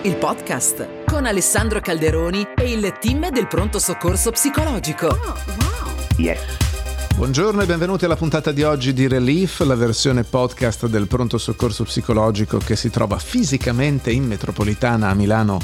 il podcast con Alessandro Calderoni e il team del Pronto Soccorso Psicologico. Oh, wow. Yes. Buongiorno e benvenuti alla puntata di oggi di Relief, la versione podcast del Pronto Soccorso Psicologico che si trova fisicamente in metropolitana a Milano,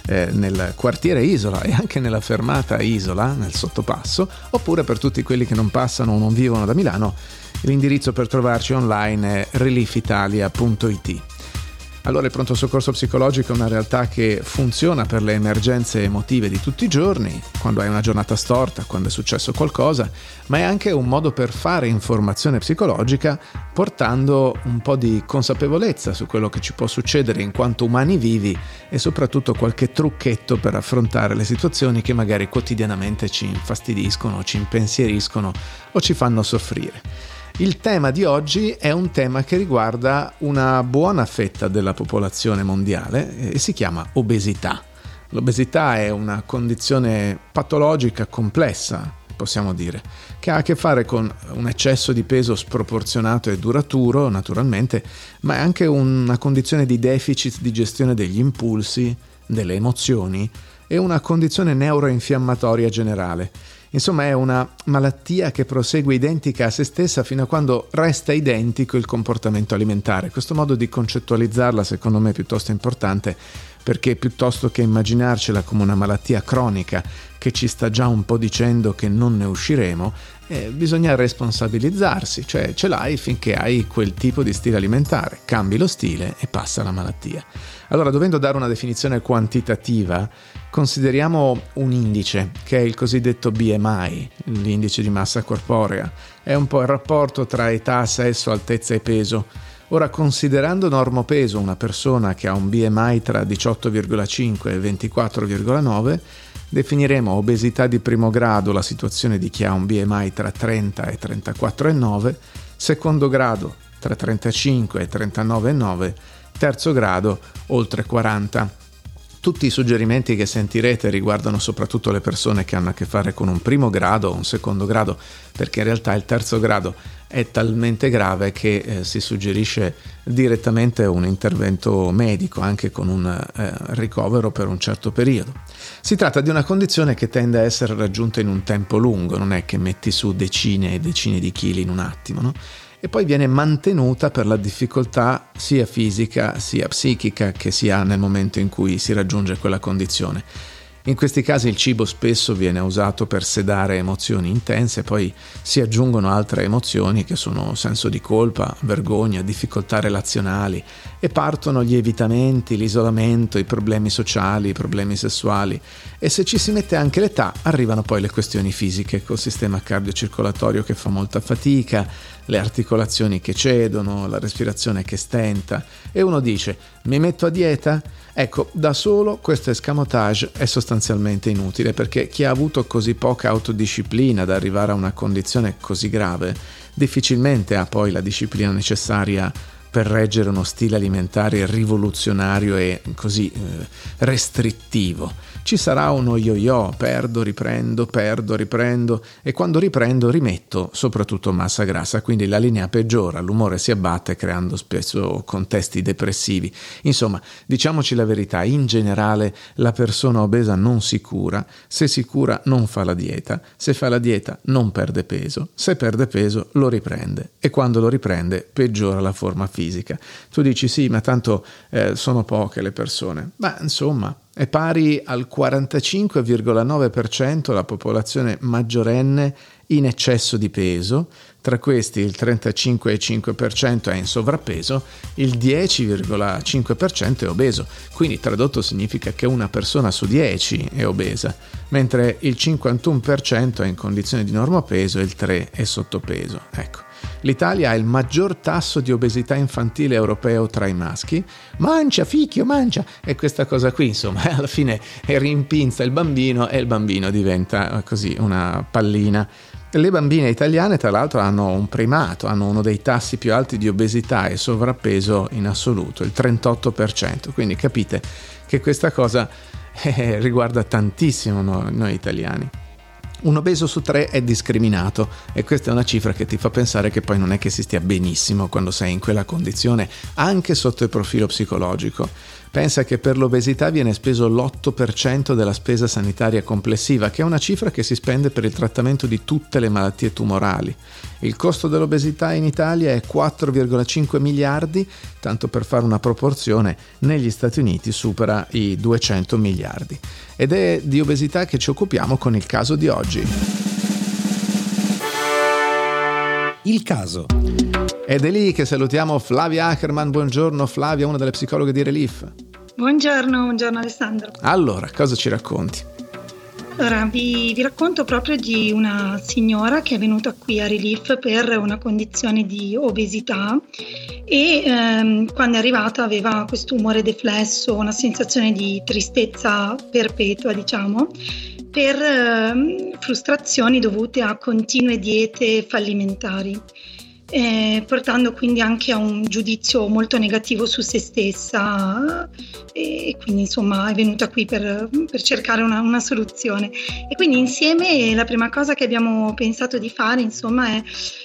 nel quartiere Isola e anche nella fermata Isola, nel sottopasso, oppure per tutti quelli che non passano o non vivono da Milano, l'indirizzo per trovarci online è reliefitalia.it. Allora, il pronto soccorso psicologico è una realtà che funziona per le emergenze emotive di tutti i giorni, quando hai una giornata storta, quando è successo qualcosa, ma è anche un modo per fare informazione psicologica portando un po' di consapevolezza su quello che ci può succedere in quanto umani vivi e soprattutto qualche trucchetto per affrontare le situazioni che magari quotidianamente ci infastidiscono, ci impensieriscono o ci fanno soffrire. Il tema di oggi è un tema che riguarda una buona fetta della popolazione mondiale e si chiama obesità. L'obesità è una condizione patologica complessa, possiamo dire, che ha a che fare con un eccesso di peso sproporzionato e duraturo, naturalmente, ma è anche una condizione di deficit di gestione degli impulsi, delle emozioni e una condizione neuroinfiammatoria generale. Insomma, è una malattia che prosegue identica a se stessa fino a quando resta identico il comportamento alimentare. Questo modo di concettualizzarla, secondo me, è piuttosto importante, perché piuttosto che immaginarcela come una malattia cronica che ci sta già un po' dicendo che non ne usciremo, bisogna responsabilizzarsi, cioè ce l'hai finché hai quel tipo di stile alimentare, cambi lo stile e passa la malattia. Allora, dovendo dare una definizione quantitativa, consideriamo un indice che è il cosiddetto BMI, l'indice di massa corporea. È un po' il rapporto tra età, sesso, altezza e peso. Ora, considerando normopeso una persona che ha un BMI tra 18,5 e 24,9, definiremo obesità di primo grado la situazione di chi ha un BMI tra 30 e 34,9, secondo grado tra 35 e 39,9, terzo grado oltre 40. Tutti i suggerimenti che sentirete riguardano soprattutto le persone che hanno a che fare con un primo grado o un secondo grado, perché in realtà il terzo grado è talmente grave che si suggerisce direttamente un intervento medico, anche con un ricovero per un certo periodo. Si tratta di una condizione che tende a essere raggiunta in un tempo lungo, non è che metti su decine e decine di chili in un attimo, no? E poi viene mantenuta per la difficoltà sia fisica sia psichica che si ha nel momento in cui si raggiunge quella condizione. In questi casi il cibo spesso viene usato per sedare emozioni intense, poi si aggiungono altre emozioni che sono senso di colpa, vergogna, difficoltà relazionali e partono gli evitamenti, l'isolamento, i problemi sociali, i problemi sessuali e se ci si mette anche l'età arrivano poi le questioni fisiche col sistema cardiocircolatorio che fa molta fatica, le articolazioni che cedono, la respirazione che stenta e uno dice mi metto a dieta? Ecco, da solo questo escamotage è sostanzialmente inutile perché chi ha avuto così poca autodisciplina da arrivare a una condizione così grave difficilmente ha poi la disciplina necessaria per reggere uno stile alimentare rivoluzionario e così restrittivo. Ci sarà uno yo-yo, perdo, riprendo e quando riprendo rimetto soprattutto massa grassa, quindi la linea peggiora, l'umore si abbatte creando spesso contesti depressivi. Insomma, diciamoci la verità, in generale la persona obesa non si cura, se si cura non fa la dieta, se fa la dieta non perde peso, se perde peso lo riprende e quando lo riprende peggiora la forma fisica. Tu dici sì, ma tanto sono poche le persone, ma insomma è pari al 45,9% la popolazione maggiorenne in eccesso di peso, tra questi il 35,5% è in sovrappeso, il 10,5% è obeso, quindi tradotto significa che una persona su 10 è obesa, mentre il 51% è in condizione di normopeso e il 3% è sottopeso. Ecco. L'Italia ha il maggior tasso di obesità infantile europeo tra i maschi. Mancia, ficchio, mancia! E questa cosa qui, insomma, alla fine rimpinza il bambino e il bambino diventa così una pallina. Le bambine italiane, tra l'altro, hanno un primato, hanno uno dei tassi più alti di obesità e sovrappeso in assoluto, il 38%. Quindi capite che questa cosa riguarda tantissimo noi italiani. Un obeso su 3 è discriminato e questa è una cifra che ti fa pensare che poi non è che si stia benissimo quando sei in quella condizione, anche sotto il profilo psicologico. Pensa che per l'obesità viene speso l'8% della spesa sanitaria complessiva, che è una cifra che si spende per il trattamento di tutte le malattie tumorali. Il costo dell'obesità in Italia è 4,5 miliardi, tanto per fare una proporzione, negli Stati Uniti supera i 200 miliardi. Ed è di obesità che ci occupiamo con il caso di oggi. Il caso. Ed è lì che salutiamo Flavia Ackerman. Buongiorno Flavia, una delle psicologhe di Relief. Buongiorno Alessandro. Allora, cosa ci racconti? Allora, vi racconto proprio di una signora che è venuta qui a Relief per una condizione di obesità e quando è arrivata aveva questo umore deflesso, una sensazione di tristezza perpetua, diciamo, per frustrazioni dovute a continue diete fallimentari. Portando quindi anche a un giudizio molto negativo su se stessa e quindi insomma è venuta qui per cercare una soluzione e quindi insieme la prima cosa che abbiamo pensato di fare insomma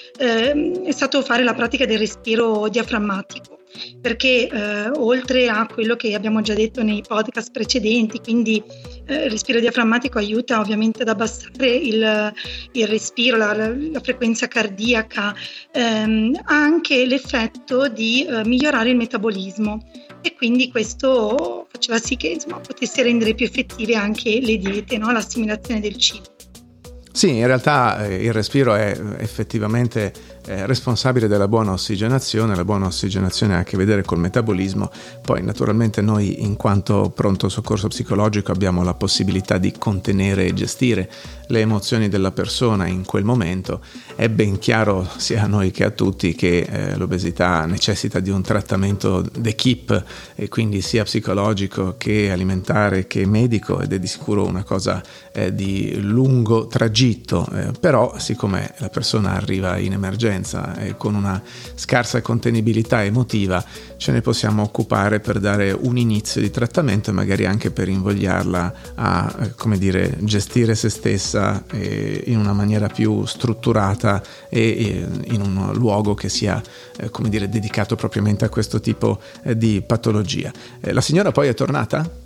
è stato fare la pratica del respiro diaframmatico, perché oltre a quello che abbiamo già detto nei podcast precedenti, quindi il respiro diaframmatico aiuta ovviamente ad abbassare il respiro, la frequenza cardiaca, ha anche l'effetto di migliorare il metabolismo e quindi questo faceva sì che insomma potesse rendere più effettive anche le diete, no? L'assimilazione del cibo. Sì, in realtà il respiro è effettivamente responsabile della buona ossigenazione. La buona ossigenazione ha a che vedere col metabolismo. Poi naturalmente noi in quanto pronto soccorso psicologico abbiamo la possibilità di contenere e gestire le emozioni della persona in quel momento. È ben chiaro sia a noi che a tutti che l'obesità necessita di un trattamento d'équipe e quindi sia psicologico che alimentare che medico, ed è di sicuro una cosa di lungo tragitto, però siccome la persona arriva in emergenza e con una scarsa contenibilità emotiva, ce ne possiamo occupare per dare un inizio di trattamento e magari anche per invogliarla a, come dire, gestire se stessa in una maniera più strutturata e in un luogo che sia, come dire, dedicato propriamente a questo tipo di patologia. La signora poi è tornata?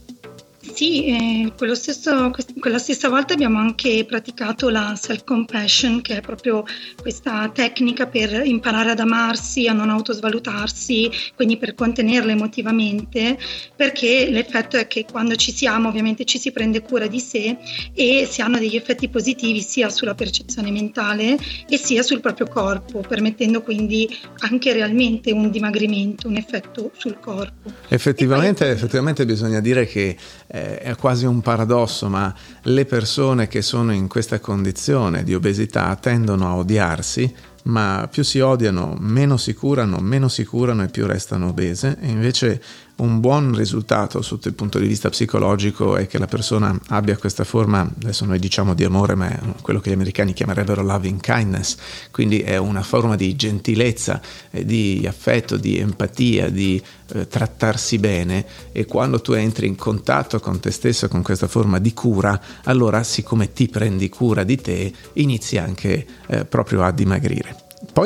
Sì, quella stessa volta abbiamo anche praticato la self-compassion, che è proprio questa tecnica per imparare ad amarsi, a non autosvalutarsi, quindi per contenerla emotivamente, perché l'effetto è che quando ci si ama ovviamente ci si prende cura di sé e si hanno degli effetti positivi sia sulla percezione mentale e sia sul proprio corpo, permettendo quindi anche realmente un dimagrimento, un effetto sul corpo. Effettivamente bisogna dire che è quasi un paradosso, ma le persone che sono in questa condizione di obesità tendono a odiarsi, ma più si odiano meno si curano e più restano obese, e invece un buon risultato sotto il punto di vista psicologico è che la persona abbia questa forma, adesso noi diciamo di amore, ma è quello che gli americani chiamerebbero loving kindness, quindi è una forma di gentilezza, di affetto, di empatia, di trattarsi bene, e quando tu entri in contatto con te stesso, con questa forma di cura, allora siccome ti prendi cura di te, inizi anche proprio a dimagrire.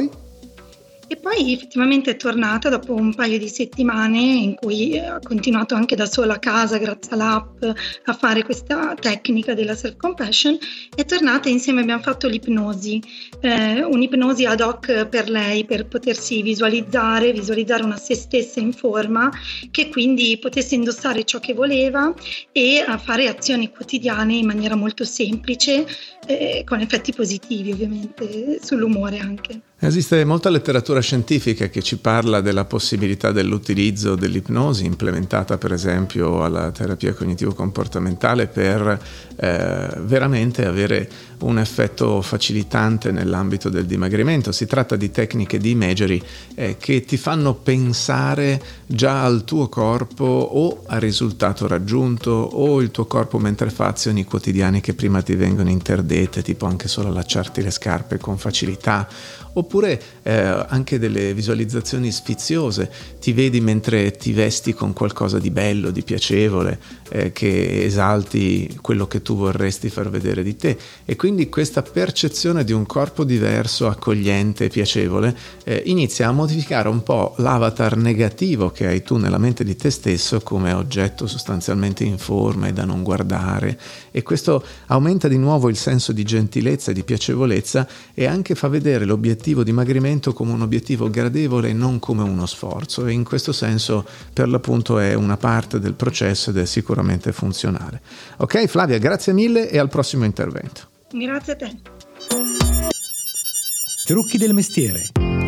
E poi effettivamente è tornata dopo un paio di settimane in cui ha continuato anche da sola a casa, grazie all'app, a fare questa tecnica della self-compassion. È tornata, insieme abbiamo fatto l'ipnosi, un'ipnosi ad hoc per lei, per potersi visualizzare una se stessa in forma, che quindi potesse indossare ciò che voleva e a fare azioni quotidiane in maniera molto semplice, con effetti positivi ovviamente sull'umore anche. Esiste molta letteratura scientifica che ci parla della possibilità dell'utilizzo dell'ipnosi implementata per esempio alla terapia cognitivo-comportamentale per veramente avere un effetto facilitante nell'ambito del dimagrimento. Si tratta di tecniche di imagery che ti fanno pensare già al tuo corpo o al risultato raggiunto o il tuo corpo mentre fa azioni quotidiane che prima ti vengono interdette, tipo anche solo allacciarti le scarpe con facilità, oppure anche delle visualizzazioni sfiziose. Ti vedi mentre ti vesti con qualcosa di bello, di piacevole, che esalti quello che tu vorresti far vedere di te, e quindi quindi questa percezione di un corpo diverso, accogliente e piacevole inizia a modificare un po' l'avatar negativo che hai tu nella mente di te stesso come oggetto sostanzialmente informe da non guardare, e questo aumenta di nuovo il senso di gentilezza e di piacevolezza e anche fa vedere l'obiettivo dimagrimento come un obiettivo gradevole e non come uno sforzo, e in questo senso per l'appunto è una parte del processo ed è sicuramente funzionale. Ok Flavia, grazie mille e al prossimo intervento. Grazie a te. Trucchi del mestiere.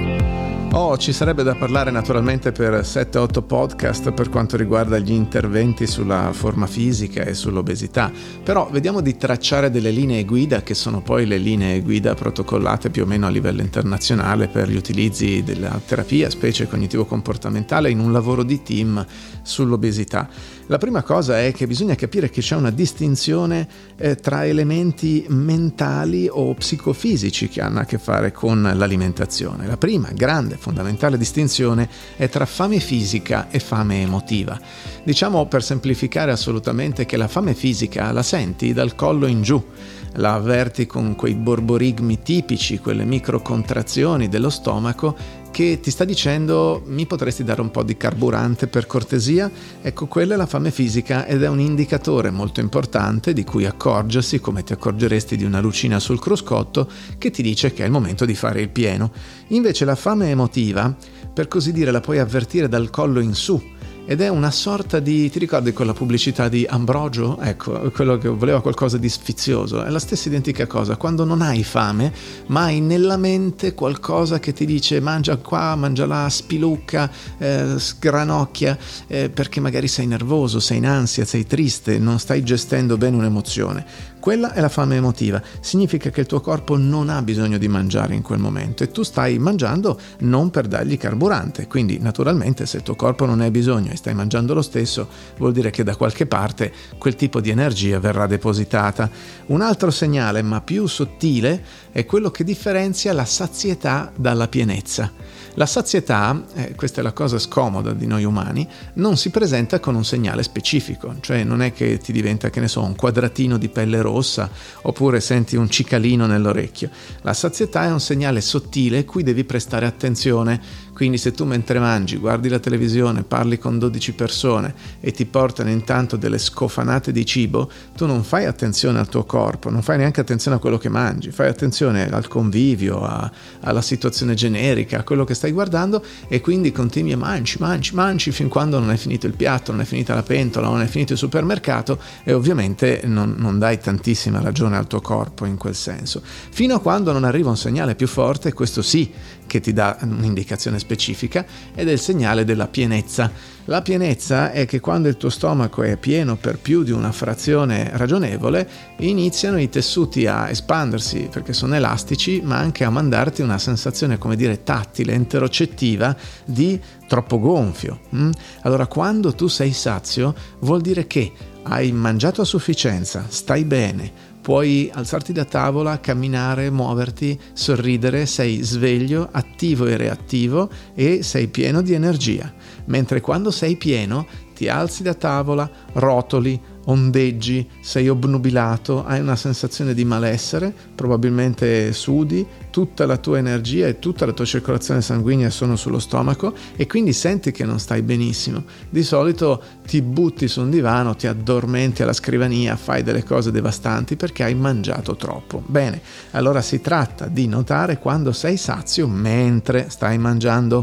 Ci sarebbe da parlare naturalmente per 7-8 podcast per quanto riguarda gli interventi sulla forma fisica e sull'obesità, però vediamo di tracciare delle linee guida che sono poi le linee guida protocollate più o meno a livello internazionale per gli utilizzi della terapia, specie cognitivo-comportamentale, in un lavoro di team sull'obesità. La prima cosa è che bisogna capire che c'è una distinzione tra elementi mentali o psicofisici che hanno a che fare con l'alimentazione. La prima grande fondamentale distinzione è tra fame fisica e fame emotiva. Diciamo per semplificare assolutamente che la fame fisica la senti dal collo in giù, la avverti con quei borborigmi tipici, quelle microcontrazioni dello stomaco che ti sta dicendo mi potresti dare un po' di carburante per cortesia. Ecco, quella è la fame fisica ed è un indicatore molto importante di cui accorgersi come ti accorgeresti di una lucina sul cruscotto che ti dice che è il momento di fare il pieno. Invece la fame emotiva, per così dire, la puoi avvertire dal collo in su ed è una sorta di, ti ricordi quella pubblicità di Ambrogio? Ecco, quello che voleva qualcosa di sfizioso, è la stessa identica cosa, quando non hai fame ma hai nella mente qualcosa che ti dice mangia qua, mangia là, spilucca, sgranocchia, perché magari sei nervoso, sei in ansia, sei triste, non stai gestendo bene un'emozione. Quella è la fame emotiva, significa che il tuo corpo non ha bisogno di mangiare in quel momento e tu stai mangiando non per dargli carburante, quindi naturalmente se il tuo corpo non ne ha bisogno e stai mangiando lo stesso vuol dire che da qualche parte quel tipo di energia verrà depositata. Un altro segnale, ma più sottile, è quello che differenzia la sazietà dalla pienezza. La sazietà, questa è la cosa scomoda di noi umani, non si presenta con un segnale specifico, cioè non è che ti diventa, che ne so, un quadratino di pelle rossa oppure senti un cicalino nell'orecchio. La sazietà è un segnale sottile cui devi prestare attenzione. Quindi se tu mentre mangi, guardi la televisione, parli con 12 persone e ti portano intanto delle scofanate di cibo, tu non fai attenzione al tuo corpo, non fai neanche attenzione a quello che mangi, fai attenzione al convivio, alla situazione generica, a quello che stai guardando, e quindi continui a mangi fin quando non è finito il piatto, non è finita la pentola, non è finito il supermercato, e ovviamente non dai tantissima ragione al tuo corpo in quel senso, fino a quando non arriva un segnale più forte, questo sì che ti dà un'indicazione specifica, ed è il segnale della pienezza. La pienezza è che quando il tuo stomaco è pieno per più di una frazione ragionevole, iniziano i tessuti a espandersi perché sono elastici, ma anche a mandarti una sensazione, come dire, tattile, enterocettiva di troppo gonfio. Allora quando tu sei sazio vuol dire che hai mangiato a sufficienza, stai bene, puoi alzarti da tavola, camminare, muoverti, sorridere, sei sveglio, attivo e reattivo e sei pieno di energia. Mentre quando sei pieno ti alzi da tavola, rotoli, ondeggi, sei obnubilato, hai una sensazione di malessere, probabilmente sudi, tutta la tua energia e tutta la tua circolazione sanguigna sono sullo stomaco e quindi senti che non stai benissimo. Di solito ti butti su un divano, ti addormenti alla scrivania, fai delle cose devastanti perché hai mangiato troppo. Bene, allora si tratta di notare quando sei sazio mentre stai mangiando,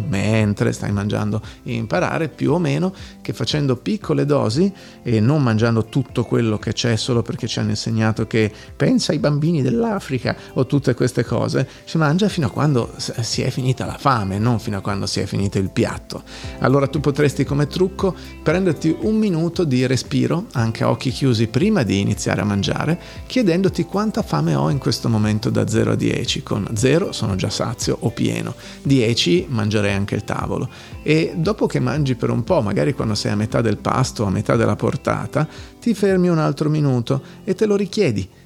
e imparare più o meno che facendo piccole dosi e non mangiando tutto quello che c'è solo perché ci hanno insegnato che pensa ai bambini dell'Africa o tutte queste cose, si mangia fino a quando si è finita la fame, non fino a quando si è finito il piatto. Allora tu potresti come trucco prenderti un minuto di respiro anche a occhi chiusi prima di iniziare a mangiare, chiedendoti quanta fame ho in questo momento da 0 a 10. Con 0 sono già sazio o pieno, 10 mangerei anche il tavolo, e dopo che mangi per un po', magari quando sei a metà del pasto o a metà della portata, ti fermi un altro minuto e te lo richiedi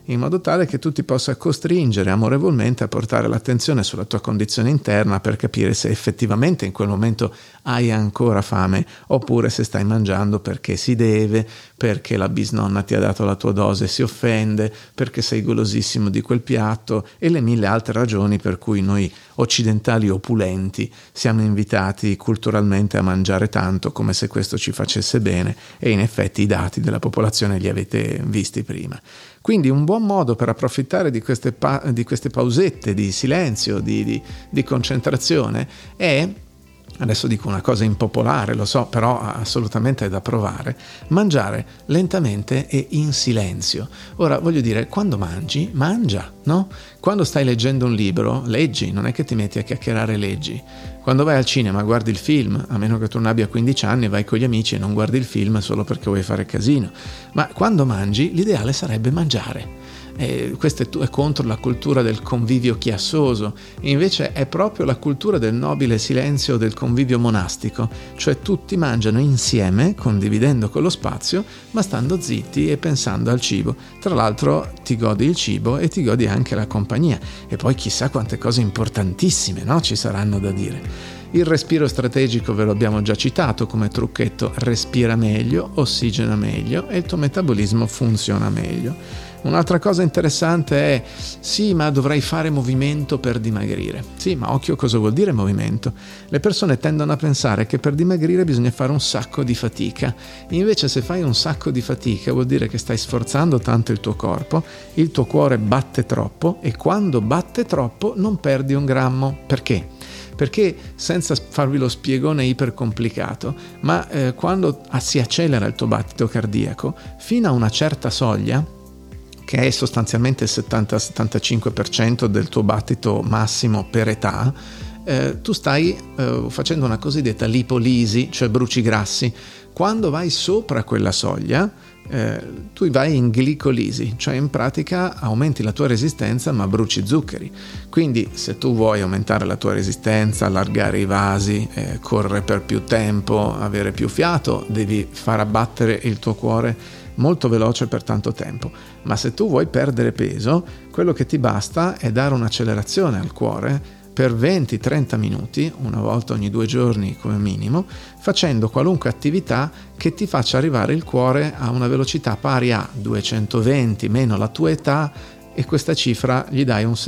in modo tale che tu ti possa costringere amorevolmente a portare l'attenzione sulla tua condizione interna per capire se effettivamente in quel momento hai ancora fame oppure se stai mangiando perché si deve, perché la bisnonna ti ha dato la tua dose e si offende, perché sei golosissimo di quel piatto e le mille altre ragioni per cui noi occidentali opulenti siamo invitati culturalmente a mangiare tanto, come se questo ci facesse bene, e in effetti i dati della popolazione li avete visti prima. Quindi un buon modo per approfittare di queste pausette di silenzio, di concentrazione è, adesso dico una cosa impopolare, lo so, però assolutamente è da provare, mangiare lentamente e in silenzio. Ora, voglio dire, quando mangi, mangia, no? Quando stai leggendo un libro, leggi, non è che ti metti a chiacchierare e leggi. Quando vai al cinema, guardi il film, a meno che tu non abbia 15 anni, vai con gli amici e non guardi il film solo perché vuoi fare casino. Ma quando mangi, l'ideale sarebbe mangiare. Questo è contro la cultura del convivio chiassoso, invece è proprio la cultura del nobile silenzio del convivio monastico, cioè tutti mangiano insieme, condividendo con lo spazio, ma stando zitti e pensando al cibo. Tra l'altro ti godi il cibo e ti godi anche la compagnia, e poi chissà quante cose importantissime, no? Ci saranno da dire. Il respiro strategico ve lo abbiamo già citato come trucchetto: respira meglio, ossigena meglio e il tuo metabolismo funziona meglio. Un'altra cosa interessante è: sì, ma dovrai fare movimento per dimagrire. Sì, ma occhio, cosa vuol dire movimento? Le persone tendono a pensare che per dimagrire bisogna fare un sacco di fatica. Invece, se fai un sacco di fatica vuol dire che stai sforzando tanto il tuo corpo, il tuo cuore batte troppo e quando batte troppo non perdi un grammo. Perché? Perché, senza farvi lo spiegone ipercomplicato, ma quando si accelera il tuo battito cardiaco fino a una certa soglia, che è sostanzialmente il 70-75% del tuo battito massimo per età, tu stai facendo una cosiddetta lipolisi, cioè bruci grassi. Quando vai sopra quella soglia, tu vai in glicolisi, cioè in pratica aumenti la tua resistenza ma bruci zuccheri. Quindi se tu vuoi aumentare la tua resistenza, allargare i vasi, correre per più tempo, avere più fiato, devi far abbattere il tuo cuore molto veloce per tanto tempo. Ma se tu vuoi perdere peso, quello che ti basta è dare un'accelerazione al cuore per 20-30 minuti, una volta ogni 2 giorni come minimo, facendo qualunque attività che ti faccia arrivare il cuore a una velocità pari a 220 meno la tua età, e questa cifra gli dai un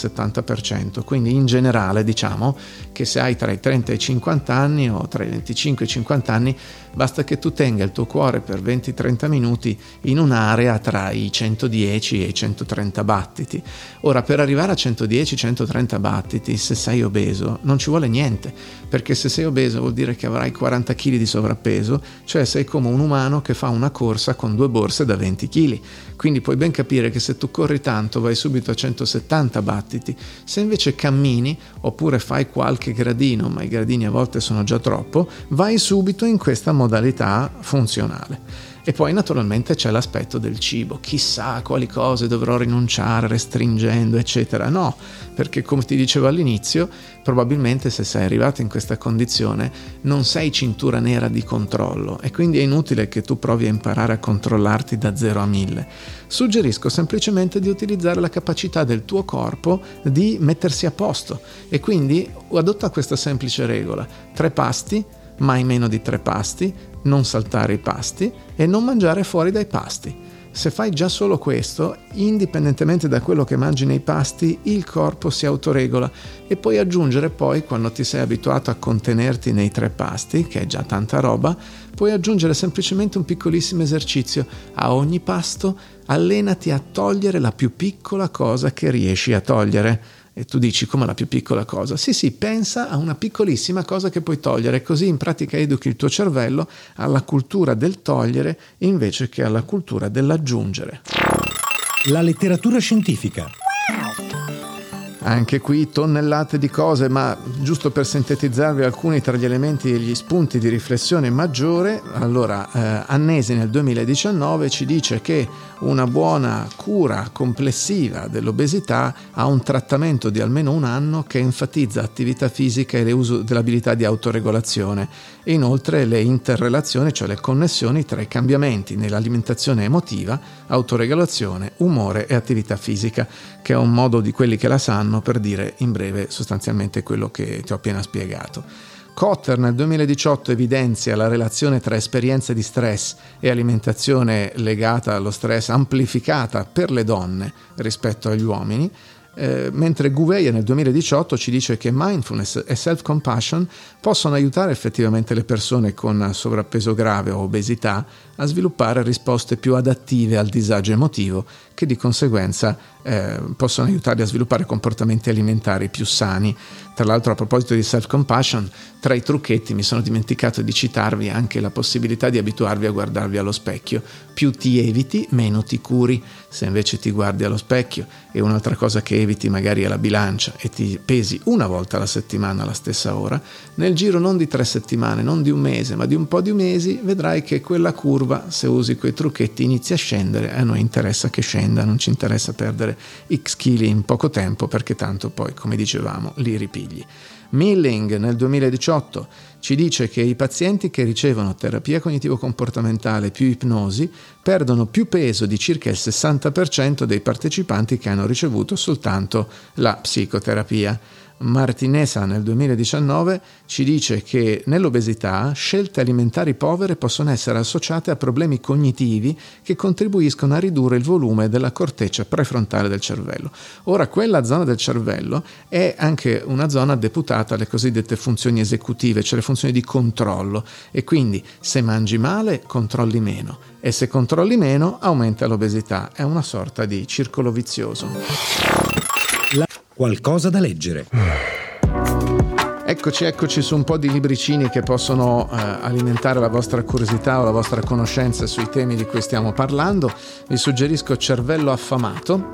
60-70%. Quindi in generale diciamo che se hai tra i 30 e i 50 anni o tra i 25 e i 50 anni, basta che tu tenga il tuo cuore per 20-30 minuti in un'area tra i 110 e i 130 battiti. Ora, per arrivare a 110-130 battiti, se sei obeso, non ci vuole niente, perché se sei obeso vuol dire che avrai 40 kg di sovrappeso, cioè sei come un umano che fa una corsa con 2 borse da 20 kg. Quindi puoi ben capire che se tu corri tanto vai subito a 170 battiti. Se invece cammini oppure fai qualche gradino, ma i gradini a volte sono già troppo, vai subito in questa modalità funzionale. E poi naturalmente c'è l'aspetto del cibo. Chissà a quali cose dovrò rinunciare restringendo, eccetera. No, perché come ti dicevo all'inizio, probabilmente se sei arrivato in questa condizione non sei cintura nera di controllo e quindi è inutile che tu provi a imparare a controllarti da 0 a 1000. Suggerisco semplicemente di utilizzare la capacità del tuo corpo di mettersi a posto e quindi adotta questa semplice regola: 3 pasti, mai meno di 3 pasti, non saltare i pasti e non mangiare fuori dai pasti. Se fai già solo questo, indipendentemente da quello che mangi nei pasti, il corpo si autoregola e puoi aggiungere poi, quando ti sei abituato a contenerti nei 3 pasti, che è già tanta roba, puoi aggiungere semplicemente un piccolissimo esercizio. A ogni pasto allenati a togliere la più piccola cosa che riesci a togliere. E tu dici: come la più piccola cosa? Sì, pensa a una piccolissima cosa che puoi togliere, così in pratica educhi il tuo cervello alla cultura del togliere invece che alla cultura dell'aggiungere. La letteratura scientifica. Anche qui tonnellate di cose, ma giusto per sintetizzarvi alcuni tra gli elementi e gli spunti di riflessione maggiore. Allora, Annesi nel 2019 ci dice che una buona cura complessiva dell'obesità ha un trattamento di almeno un anno che enfatizza attività fisica e l'uso dell'abilità di autoregolazione e inoltre le interrelazioni, cioè le connessioni tra i cambiamenti nell'alimentazione emotiva, autoregolazione, umore e attività fisica, che è un modo di quelli che la sanno per dire in breve sostanzialmente quello che ti ho appena spiegato. Kotter nel 2018 evidenzia la relazione tra esperienze di stress e alimentazione legata allo stress amplificata per le donne rispetto agli uomini, mentre Gouveia nel 2018 ci dice che mindfulness e self-compassion possono aiutare effettivamente le persone con sovrappeso grave o obesità a sviluppare risposte più adattive al disagio emotivo, che di conseguenza possono aiutarli a sviluppare comportamenti alimentari più sani. Tra l'altro, a proposito di self-compassion, tra i trucchetti mi sono dimenticato di citarvi anche la possibilità di abituarvi a guardarvi allo specchio. Più ti eviti, meno ti curi. Se invece ti guardi allo specchio, e un'altra cosa che eviti magari è la bilancia, e ti pesi una volta alla settimana alla stessa ora, nel giro non di 3 settimane, non di un mese, ma di un po' di mesi, vedrai che quella curva, se usi quei trucchetti, inizia a scendere. A noi interessa che scenda, non ci interessa perdere X chili in poco tempo, perché tanto poi, come dicevamo, li ripigli. Milling nel 2018 ci dice che i pazienti che ricevono terapia cognitivo-comportamentale più ipnosi perdono più peso di circa il 60% dei partecipanti che hanno ricevuto soltanto la psicoterapia. Martinesa nel 2019 ci dice che nell'obesità scelte alimentari povere possono essere associate a problemi cognitivi che contribuiscono a ridurre il volume della corteccia prefrontale del cervello. Ora, quella zona del cervello è anche una zona deputata alle cosiddette funzioni esecutive, cioè le funzioni di controllo, e quindi se mangi male controlli meno e se controlli meno aumenta l'obesità. È una sorta di circolo vizioso. Qualcosa da leggere. Eccoci su un po' di libricini che possono alimentare la vostra curiosità o la vostra conoscenza sui temi di cui stiamo parlando. Vi suggerisco Cervello affamato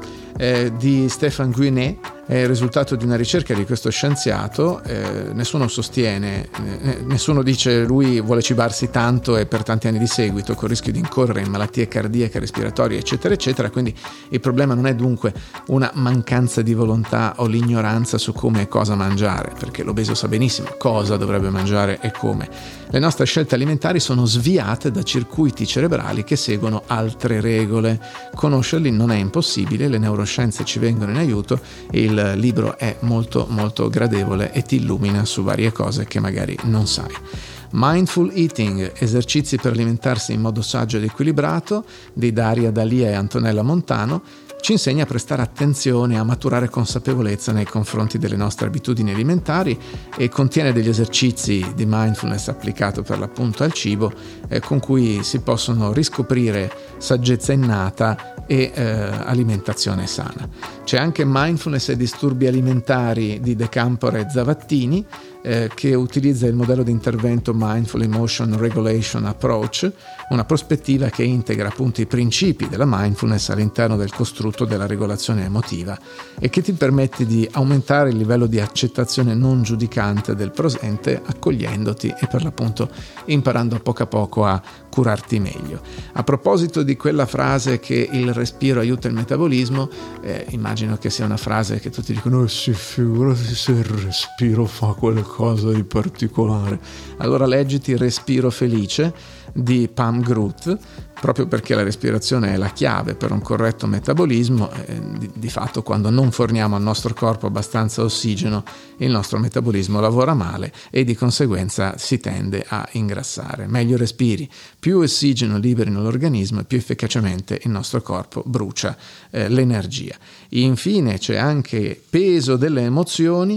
di Stéphane Guyenet. È il risultato di una ricerca di questo scienziato. Nessuno sostiene, nessuno dice lui vuole cibarsi tanto e per tanti anni di seguito, con il rischio di incorrere in malattie cardiache, respiratorie, eccetera eccetera. Quindi il problema non è dunque una mancanza di volontà o l'ignoranza su come e cosa mangiare, perché l'obeso sa benissimo cosa dovrebbe mangiare e come. Le nostre scelte alimentari sono sviate da circuiti cerebrali che seguono altre regole. Conoscerli non è impossibile, le neuroscienze ci vengono in aiuto e il libro è molto molto gradevole e ti illumina su varie cose che magari non sai. Mindful Eating, esercizi per alimentarsi in modo saggio ed equilibrato, di Daria D'Alia e Antonella Montano, ci insegna a prestare attenzione, a maturare consapevolezza nei confronti delle nostre abitudini alimentari e contiene degli esercizi di mindfulness applicato per l'appunto al cibo con cui si possono riscoprire saggezza innata e alimentazione sana. C'è anche Mindfulness e disturbi alimentari di De Campora e Zavattini, che utilizza il modello di intervento Mindful Emotion Regulation Approach, una prospettiva che integra appunto i principi della mindfulness all'interno del costrutto della regolazione emotiva e che ti permette di aumentare il livello di accettazione non giudicante del presente, accogliendoti e per l'appunto imparando a poco a curarti meglio. A proposito di quella frase che il respiro aiuta il metabolismo, immagino che sia una frase che tutti dicono sì, figurati se il respiro fa qualcosa di particolare. Allora leggiti Respiro felice di Pam Groot, proprio perché la respirazione è la chiave per un corretto metabolismo. Di fatto, quando non forniamo al nostro corpo abbastanza ossigeno, il nostro metabolismo lavora male e di conseguenza si tende a ingrassare. Meglio respiri, più ossigeno liberino l'organismo e più efficacemente il nostro corpo brucia l'energia. Infine c'è anche Peso delle emozioni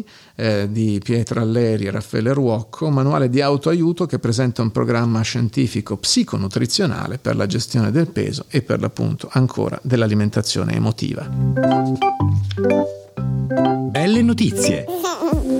di Pietro Alleri e Raffaele Ruocco, manuale di autoaiuto che presenta un programma scientifico psiconutrizionale per la gestione del peso e per l'appunto ancora dell'alimentazione emotiva. Belle notizie.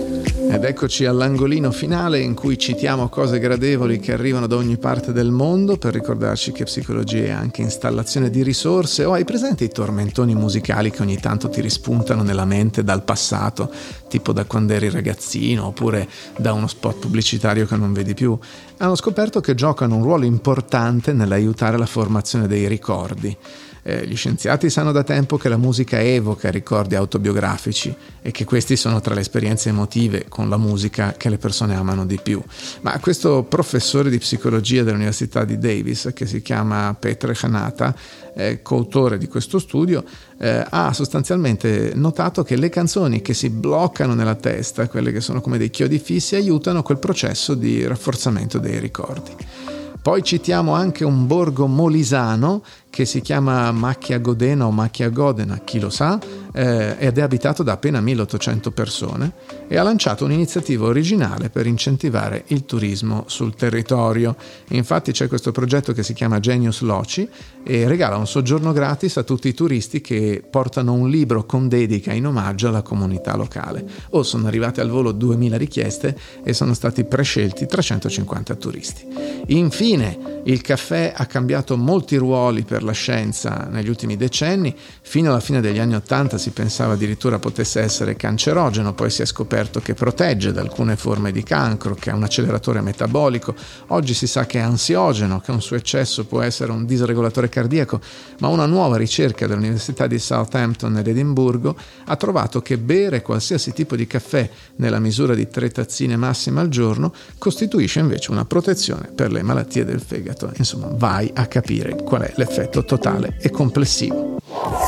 Ed eccoci all'angolino finale in cui citiamo cose gradevoli che arrivano da ogni parte del mondo per ricordarci che psicologia è anche installazione di risorse. O hai presente i tormentoni musicali che ogni tanto ti rispuntano nella mente dal passato, tipo da quando eri ragazzino oppure da uno spot pubblicitario che non vedi più? Hanno scoperto che giocano un ruolo importante nell'aiutare la formazione dei ricordi. Gli scienziati sanno da tempo che la musica evoca ricordi autobiografici e che questi sono tra le esperienze emotive con la musica che le persone amano di più. Ma questo professore di psicologia dell'Università di Davis, che si chiama Petre Hanata, coautore di questo studio, ha sostanzialmente notato che le canzoni che si bloccano nella testa, quelle che sono come dei chiodi fissi, aiutano quel processo di rafforzamento dei ricordi. Poi citiamo anche un borgo molisano che si chiama Macchia Godena o Macchia Godena, chi lo sa, ed è abitato da appena 1800 persone e ha lanciato un'iniziativa originale per incentivare il turismo sul territorio. Infatti c'è questo progetto che si chiama Genius Loci e regala un soggiorno gratis a tutti i turisti che portano un libro con dedica in omaggio alla comunità locale. Sono arrivate al volo 2000 richieste e sono stati prescelti 350 turisti. Infine, il caffè ha cambiato molti ruoli per la scienza negli ultimi decenni. Fino alla fine degli anni '80 si pensava addirittura potesse essere cancerogeno, poi si è scoperto che protegge da alcune forme di cancro, che è un acceleratore metabolico. Oggi si sa che è ansiogeno, che un suo eccesso può essere un disregolatore cardiaco, ma una nuova ricerca dell'Università di Southampton ed Edimburgo ha trovato che bere qualsiasi tipo di caffè nella misura di 3 tazzine massime al giorno costituisce invece una protezione per le malattie del fegato. Insomma, vai a capire qual è l'effetto totale e complessivo.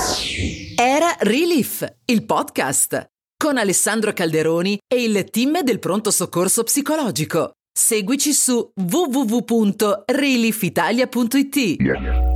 Era Relief, il podcast, con Alessandro Calderoni e il team del pronto soccorso psicologico. Seguici su www.reliefitalia.it.